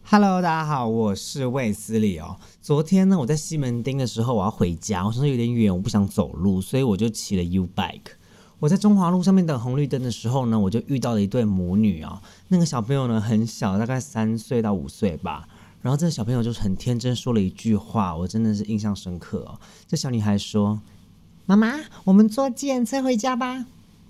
Hello，大家好，我是卫斯理哦。昨天呢，我在西门町的时候，我要回家，我想说有点远，我不想走路，所以我就骑了 U bike。我在中华路上面等红绿灯的时候呢，我就遇到了一对母女哦。那个小朋友呢很小，大概3岁到5岁吧。然后这个小朋友就是很天真说了一句话，我真的是印象深刻哦。这小女孩说：“妈妈，我们坐计程车回家吧。”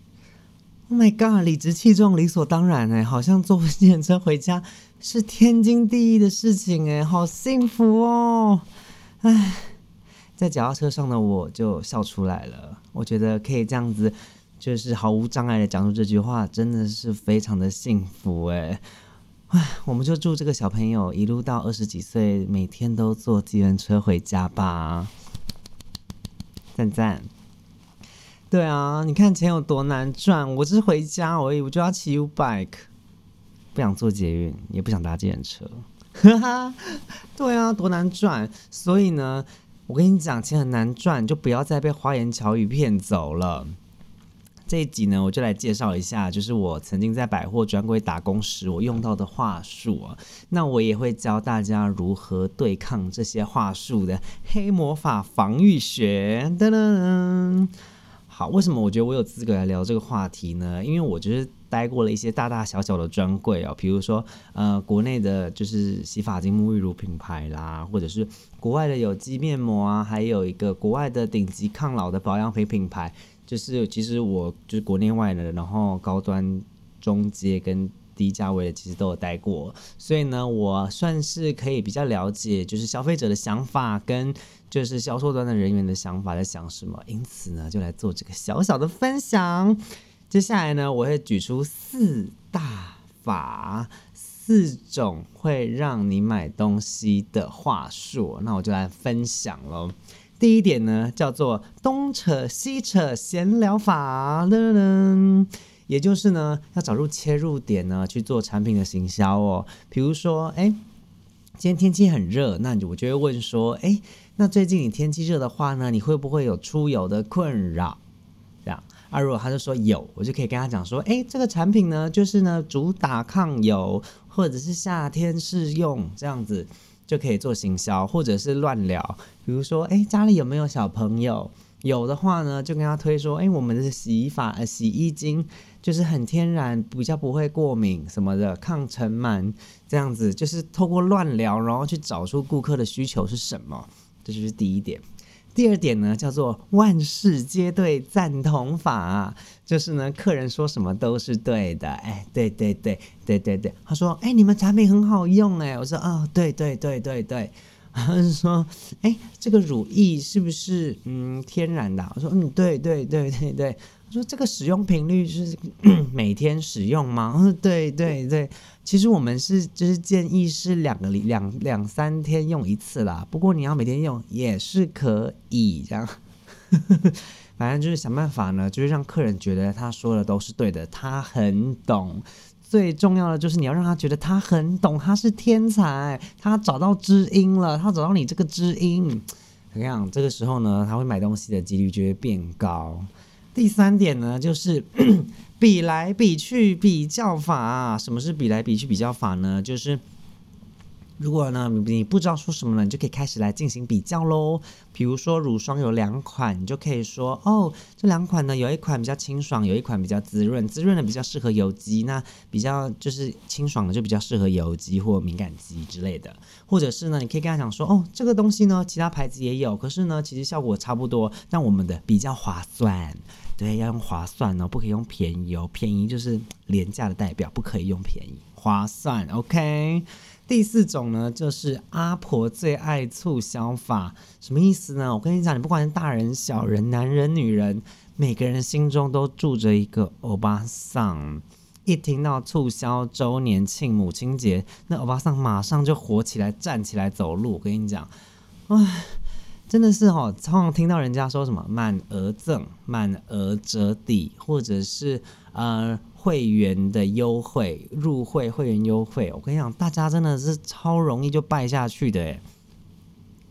Oh my god， 理直气壮，理所当然哎，好像坐计程车回家是天经地义的事情哎，好幸福哦！哎，在脚踏车上的我就笑出来了。我觉得可以这样子，就是毫无障碍的讲出这句话，真的是非常的幸福哎。唉，我们就祝这个小朋友一路到20几岁，每天都坐计程车回家吧，赞赞。对啊，你看钱有多难赚，我只是回家而已，我就要骑 U bike， 不想坐捷运，也不想搭计程车，哈哈，对啊，多难赚。所以呢，我跟你讲，钱很难赚，就不要再被花言巧语骗走了。这一集呢，我就来介绍一下，就是我曾经在百货专柜打工时我用到的话术啊。那我也会教大家如何对抗这些话术的黑魔法防御学。噔噔。好，为什么我觉得我有资格来聊这个话题呢？因为我就是待过了一些大大小小的专柜哦，比如说国内的就是洗发精、沐浴乳品牌啦，或者是国外的有机面膜啊，还有一个国外的顶级抗老的保养品牌。就是其实我就是国内外的，然后高端、中阶跟低价位的其实都有待过，所以呢，我算是可以比较了解，就是消费者的想法跟就是销售端的人员的想法在想什么，因此呢，就来做这个小小的分享。接下来呢，我会举出4大法，4种会让你买东西的话术，那我就来分享咯。第一点呢，叫做东扯西扯闲聊法，也就是呢，要找入切入点呢，去做产品的行销哦。比如说，今天天气很热，那我就会问说，那最近你天气热的话呢，你会不会有出油的困扰？这样啊，如果他就说有，我就可以跟他讲说，这个产品呢，就是呢主打抗油，或者是夏天适用这样子。就可以做行销，或者是乱聊，比如说，家里有没有小朋友？有的话呢，就跟他推说，我们的洗衣精就是很天然，比较不会过敏什么的，抗尘螨这样子，就是透过乱聊，然后去找出顾客的需求是什么，这就是第一点。第二点呢，叫做万事皆对赞同法，就是呢，客人说什么都是对的，对对对对对对，他说，你们产品很好用，我说，哦，对对对对对，他就说，这个乳液是不是天然的？我说，对对对对对。他说这个使用频率是每天使用吗？我说对对对，其实我们是就是建议是两三天用一次啦，不过你要每天用也是可以这样。反正就是想办法呢，就是让客人觉得他说的都是对的，他很懂。最重要的就是你要让他觉得他很懂，他是天才，他找到知音了，他找到你这个知音。怎样？这个时候呢，他会买东西的几率就会变高。第三点呢，就是比来比去比较法。什么是比来比去比较法呢？就是如果呢你不知道说什么呢，你就可以开始来进行比较咯。比如说乳霜有2款，你就可以说这2款呢有一款比较清爽，有一款比较滋润，滋润的比较适合油肌，那比较就是清爽的就比较适合油肌或敏感肌之类的。或者是呢，你可以跟他讲说这个东西呢其他牌子也有，可是呢其实效果差不多，但我们的比较划算。对，要用划算哦，不可以用便宜哦，便宜就是廉价的代表，不可以用便宜，划算 OK。第4种呢，就是阿婆最爱促销法。什么意思呢？我跟你讲，你不管是大人小人男人女人，每个人心中都住着一个欧巴桑。一听到促销、周年庆、母亲节，那欧巴桑马上就火起来，站起来走路。我跟你讲，真的是常常听到人家说什么满额赠、满额折抵，或者是会员的优惠、入会会员优惠。我跟你讲，大家真的是超容易就败下去的。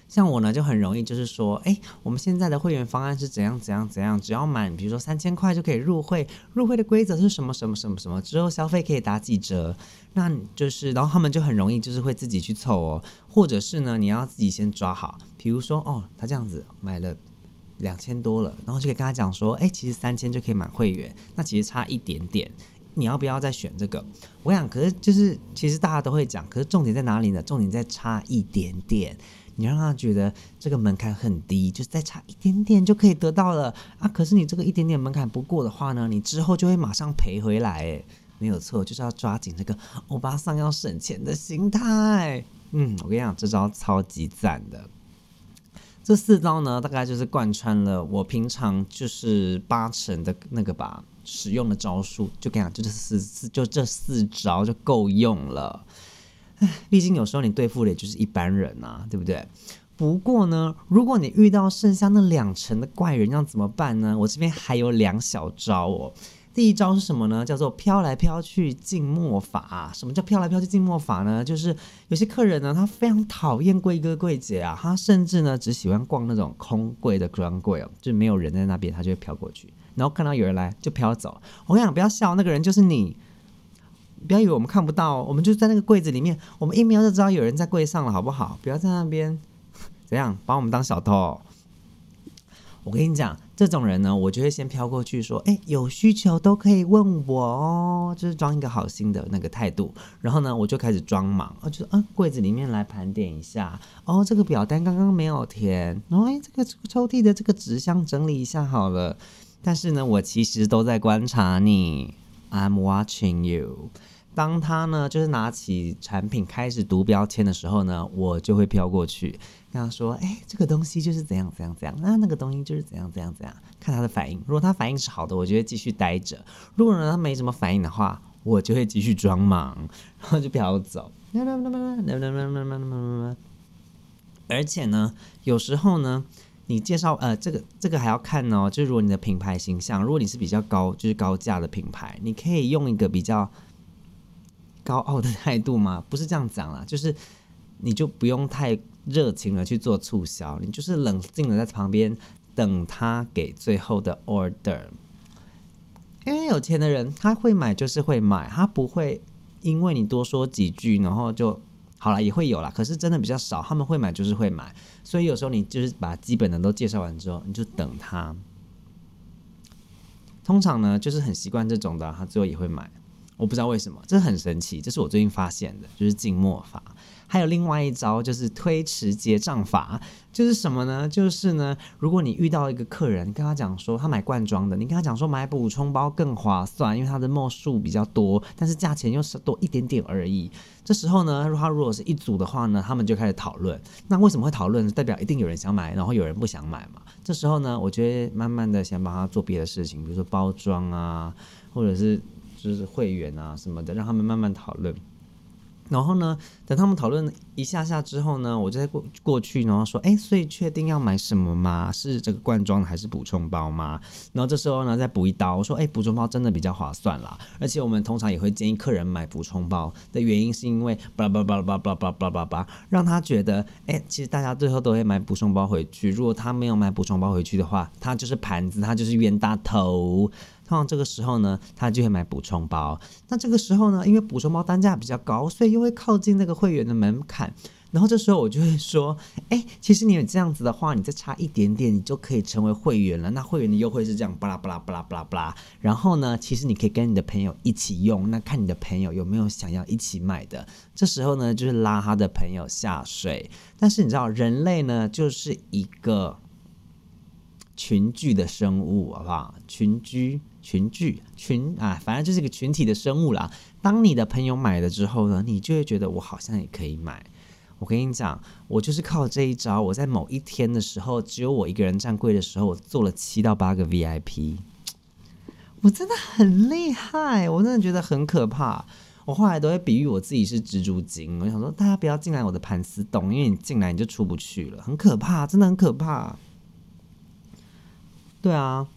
像我呢就很容易就是说，我们现在的会员方案是怎样怎样怎样，只要满比如说3000块就可以入会，入会的规则是什么什么什么什么，之后消费可以打几折，那就是然后他们就很容易就是会自己去凑哦，或者是呢你要自己先抓好，比如说他这样子买了2000多了，然后就可以跟他讲说，其实3000就可以满会员，那其实差一点点，你要不要再选这个？我想，可是就是其实大家都会讲，可是重点在哪里呢？重点在差一点点，你让他觉得这个门槛很低，就是再差一点点就可以得到了啊。可是你这个一点点门槛不过的话呢，你之后就会马上赔回来，没有错，就是要抓紧这个欧巴桑要省钱的心态。我跟你讲，这招超级赞的。这4招呢，大概就是贯穿了我平常就是80%的那个吧使用的招数，就跟你讲，就这4招就够用了。毕竟有时候你对付的也就是一般人啊，对不对？不过呢，如果你遇到剩下那2成的怪人要怎么办呢？我这边还有2小招哦。第一招是什么呢？叫做飘来飘去静默法。什么叫飘来飘去静默法呢？就是有些客人呢，他非常讨厌柜哥柜姐啊，他甚至呢只喜欢逛那种空柜的专柜哦，就没有人在那边，他就会飘过去，然后看到有人来就飘走。我跟你讲，不要笑，那个人就是你。不要以为我们看不到，我们就在那个柜子里面，我们一瞄就知道有人在柜上了，好不好？不要在那边怎样把我们当小偷。我跟你讲，这种人呢，我就会先飘过去说，有需求都可以问我哦，就是装一个好心的那个态度。然后呢，我就开始装忙，就柜子里面来盘点一下，这个表单刚刚没有填，然后这个抽屉的这个纸箱整理一下好了。但是呢，我其实都在观察你。I'm watching you。当他呢，就是拿起产品开始读标签的时候呢，我就会飘过去，跟他说：“这个东西就是怎样怎样怎样，那个东西就是怎样怎样怎样。”看他的反应，如果他反应是好的，我就会继续待着；如果呢他没什么反应的话，我就会继续装忙，然后就飘走。而且呢，有时候呢。你介绍这个还要看哦，就是如果你的品牌形象，如果你是比较高就是高价的品牌，你可以用一个比较高傲的态度吗？不是这样讲啦，就是你就不用太热情的去做促销，你就是冷静的在旁边等他给最后的 order。因为有钱的人他会买就是会买，他不会因为你多说几句然后就好了，也会有啦，可是真的比较少，他们会买就是会买，所以有时候你就是把基本的都介绍完之后，你就等他。通常呢，就是很习惯这种的，他最后也会买。我不知道为什么，这很神奇，这是我最近发现的，就是静默法。还有另外一招就是推迟结账法，就是什么呢？就是呢，如果你遇到一个客人，你跟他讲说他买罐装的，你跟他讲说买补充包更划算，因为它的墨数比较多，但是价钱又是多一点点而已。这时候呢，他如果是一组的话呢，他们就开始讨论。那为什么会讨论？代表一定有人想买，然后有人不想买嘛。这时候呢，我就会慢慢的先帮他做别的事情，比如说包装啊，或者是就是会员啊什么的，让他们慢慢讨论。然后呢，等他们讨论一下下之后呢，我就再过去，然后说，所以确定要买什么吗？是这个罐装的还是补充包吗？然后这时候呢，再补一刀，我说，补充包真的比较划算啦，而且我们通常也会建议客人买补充包的原因是因为巴拉巴拉巴拉巴拉巴拉巴拉，让他觉得，其实大家最后都会买补充包回去。如果他没有买补充包回去的话，他就是盘子，他就是冤大头。通常这个时候呢，他就会买补充包。那这个时候呢，因为补充包单价比较高，所以又会靠近那个会员的门槛。然后这时候我就会说，其实你有这样子的话，你再差一点点，你就可以成为会员了。那会员的优惠是这样，巴拉巴拉巴拉巴拉巴拉。然后呢，其实你可以跟你的朋友一起用，那看你的朋友有没有想要一起买的。这时候呢，就是拉他的朋友下水。但是你知道，人类呢，就是一个群聚的生物，好不好？反正就是一个群体的生物啦。当你的朋友买了之后呢，你就会觉得我好像也可以买。我跟你讲，我就是靠这一招，我在某一天的时候，只有我一个人站柜的时候，我做了7到8个 VIP， 我真的很厉害，我真的觉得很可怕。我后来都会比喻我自己是蜘蛛精，我想说大家不要进来我的盘丝洞，因为你进来你就出不去了，很可怕，真的很可怕。对啊，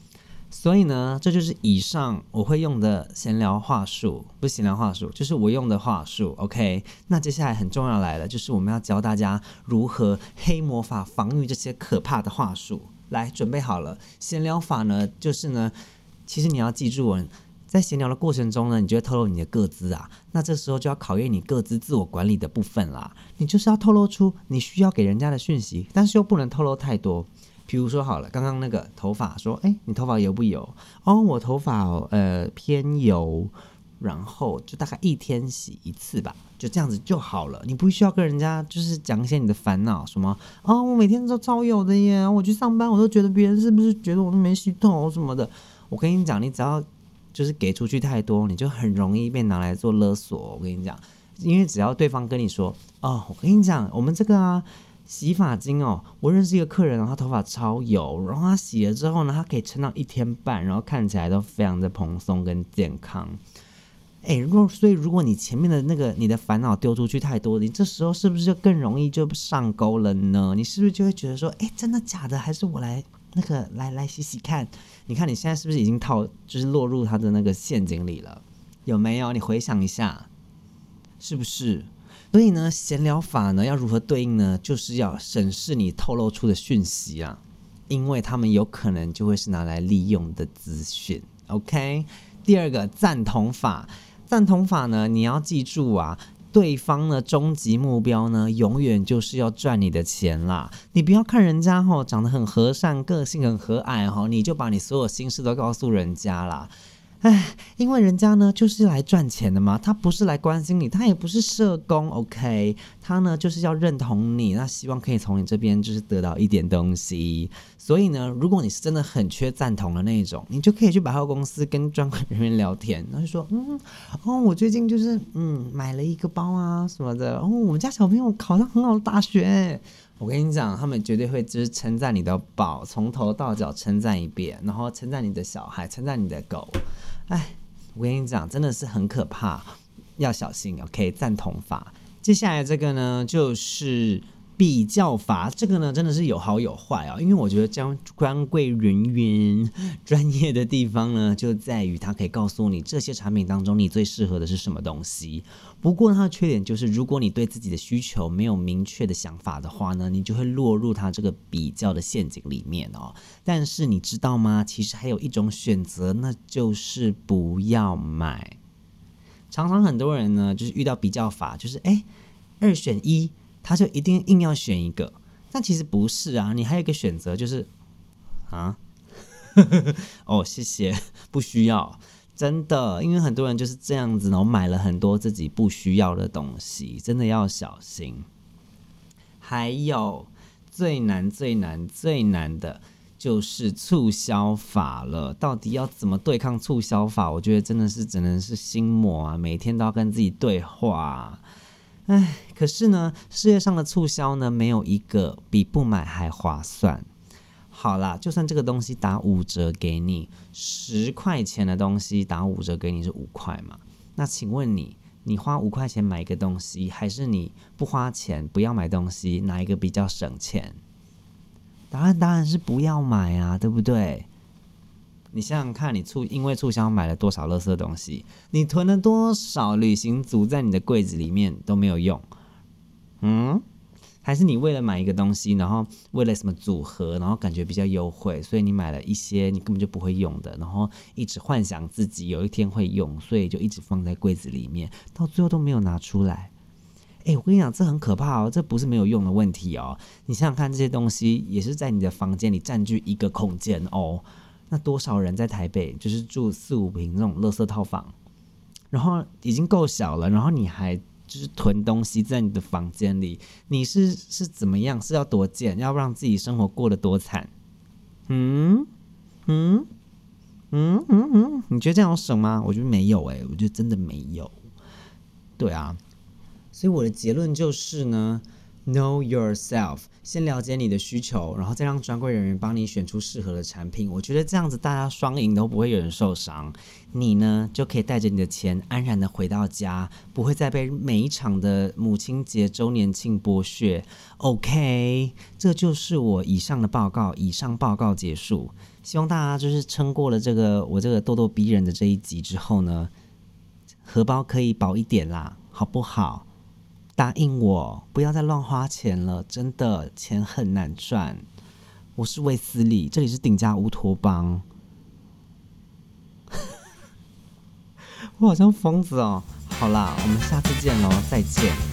所以呢，这就是以上我会用的闲聊话术，不是闲聊话术，就是我用的话术。OK， 那接下来很重要来了，就是我们要教大家如何黑魔法防御这些可怕的话术。来，准备好了，闲聊法呢，就是呢，其实你要记住哦，在闲聊的过程中呢，你就会透露你的个资啊，那这时候就要考验你个资自我管理的部分啦。你就是要透露出你需要给人家的讯息，但是又不能透露太多。比如说好了，刚刚那个头发说，你头发油不油？哦，我头发偏油，然后就大概1天洗1次吧，就这样子就好了。你不需要跟人家就是讲一些你的烦恼，什么我每天都超油的耶，我去上班我都觉得别人是不是觉得我都没洗头什么的。我跟你讲，你只要就是给出去太多，你就很容易被拿来做勒索。我跟你讲，因为只要对方跟你说，我跟你讲，我们这个洗发精我认识一个客人，他头发超油，然后他洗了之后呢，他可以撑到1天半，然后看起来都非常的蓬松跟健康。所以如果你前面的那个你的烦恼丢出去太多，你这时候是不是就更容易就上钩了呢？你是不是就会觉得说，真的假的？还是我来那个来洗洗看？你看你现在是不是已经就是落入他的那个陷阱里了？有没有？你回想一下，是不是？所以呢，闲聊法呢要如何对应呢？就是要审视你透露出的讯息啊，因为他们有可能就会是拿来利用的资讯。OK， 第二个赞同法，赞同法呢，你要记住啊，对方的终极目标呢，永远就是要赚你的钱啦。你不要看人家长得很和善，个性很和蔼你就把你所有心事都告诉人家啦。因为人家呢就是来赚钱的嘛，他不是来关心你，他也不是社工 ，OK， 他呢就是要认同你，那希望可以从你这边就是得到一点东西。所以呢，如果你是真的很缺赞同的那一种，你就可以去百货公司跟专柜人员聊天，然后就说，我最近就是买了一个包啊什么的，我们家小朋友考上很好的大学。我跟你讲，他们绝对会就是称赞你的宝，从头到脚称赞一遍，然后称赞你的小孩，称赞你的狗。我跟你讲，真的是很可怕，要小心。OK， 赞同法。接下来这个呢，就是比较法。这个呢，真的是有好有坏因为我觉得专柜人员专业的地方呢，就在于它可以告诉你这些产品当中你最适合的是什么东西。不过它的缺点就是，如果你对自己的需求没有明确的想法的话呢，你就会落入它这个比较的陷阱里面但是你知道吗？其实还有一种选择，那就是不要买。常常很多人呢，就是遇到比较法，就是2选1，他就一定硬要选一个。但其实不是啊，你还有一个选择，就是谢谢，不需要。真的，因为很多人就是这样子，然后买了很多自己不需要的东西，真的要小心。还有最难的就是促销法了。到底要怎么对抗促销法？我觉得真的是只能是心魔啊，每天都要跟自己对话可是呢，世界上的促销呢，没有一个比不买还划算。好啦，就算这个东西打5折给你，10块钱的东西打5折给你是5块嘛？那请问你花5块钱买一个东西，还是你不花钱不要买东西，哪一个比较省钱？答案当然是不要买啊，对不对？你想想看，因为促销买了多少垃圾东西，你囤了多少旅行组在你的柜子里面都没有用，还是你为了买一个东西，然后为了什么组合，然后感觉比较优惠，所以你买了一些你根本就不会用的，然后一直幻想自己有一天会用，所以就一直放在柜子里面，到最后都没有拿出来。我跟你讲，这很可怕这不是没有用的问题你想想看，这些东西也是在你的房间里占据一个空间那多少人在台北就是住4-5坪那种垃圾套房，然后已经够小了，然后你还就是囤东西在你的房间里，你是怎么样？是要多贱？要让自己生活过得多惨？你觉得这样有省吗？我觉得没有我觉得真的没有。对啊，所以我的结论就是呢， Know yourself， 先了解你的需求，然后再让专柜人员帮你选出适合的产品。我觉得这样子大家双赢都不会有人受伤。你呢就可以带着你的钱安然的回到家，不会再被每一场的母亲节周年庆剥削。OK， 这就是我以上的报告，以上报告结束。希望大家就是撑过了我这个咄咄逼人的这一集之后呢，荷包可以薄一点啦，好不好？答应我，不要再乱花钱了，真的钱很难赚。我是卫斯理，这里是顶家乌托邦。我好像疯子哦。好啦，我们下次见喽，再见。